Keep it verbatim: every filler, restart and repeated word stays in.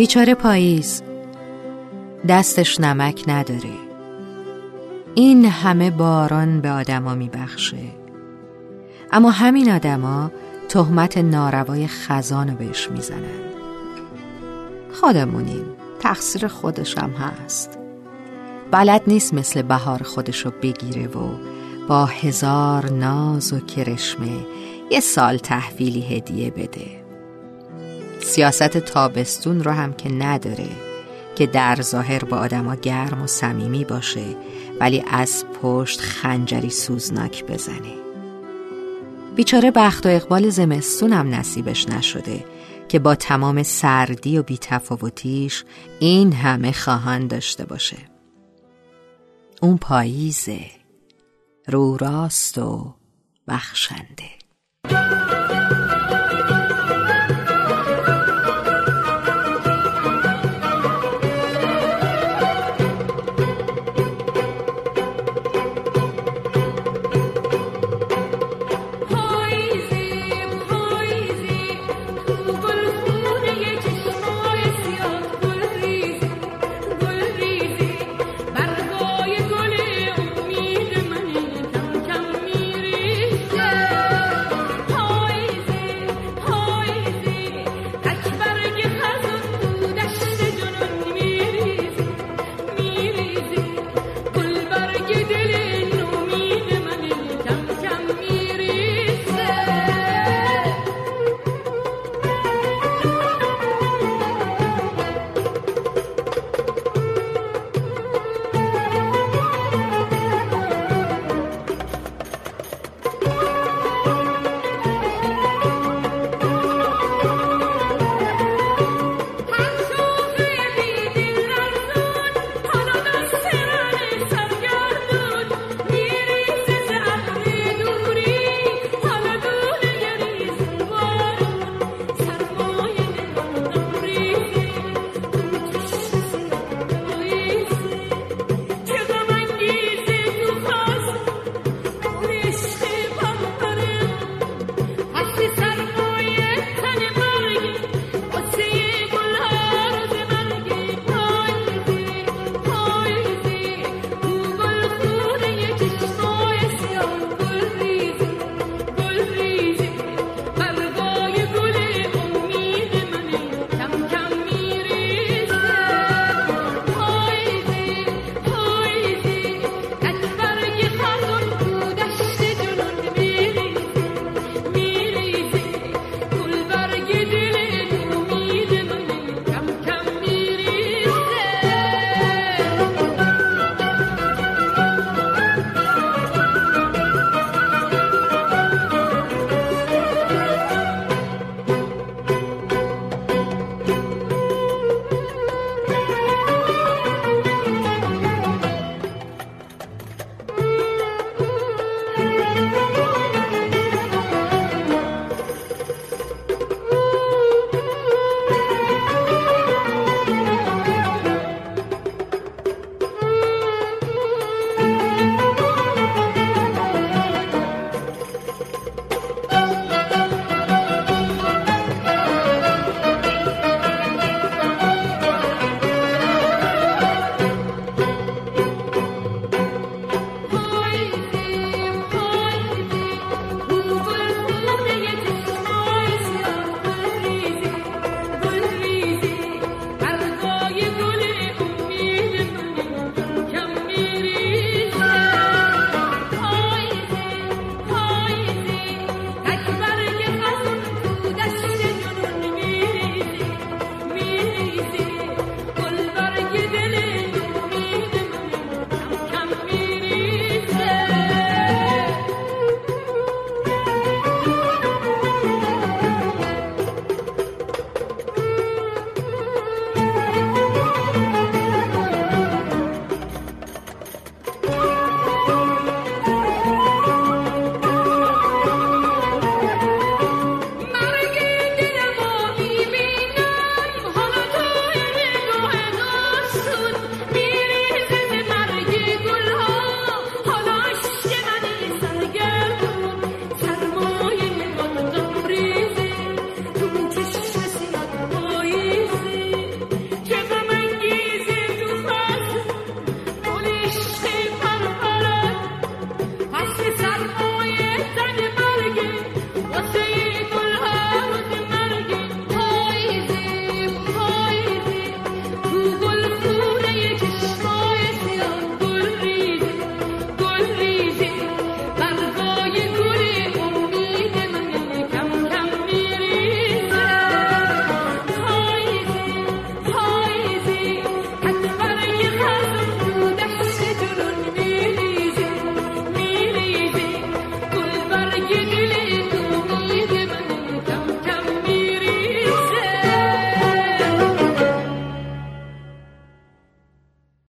بیچاره پاییز، دستش نمک نداره. این همه باران به آدما میبخشه، اما همین آدما تهمت ناروای خزانو بهش میزنن. خودمونیم، تقصیر خودشم هست. بلد نیست مثل بهار خودشو بگیره و با هزار ناز و کرشمه یه سال تحویلی هدیه بده. سیاست تابستون رو هم که نداره که در ظاهر با آدما گرم و صمیمی باشه ولی از پشت خنجری سوزناک بزنه. بیچاره بخت و اقبال زمستونم نصیبش نشده که با تمام سردی و بی‌تفاوتیش این همه خواهان داشته باشه. اون پاییزه، رو راست و بخشنده.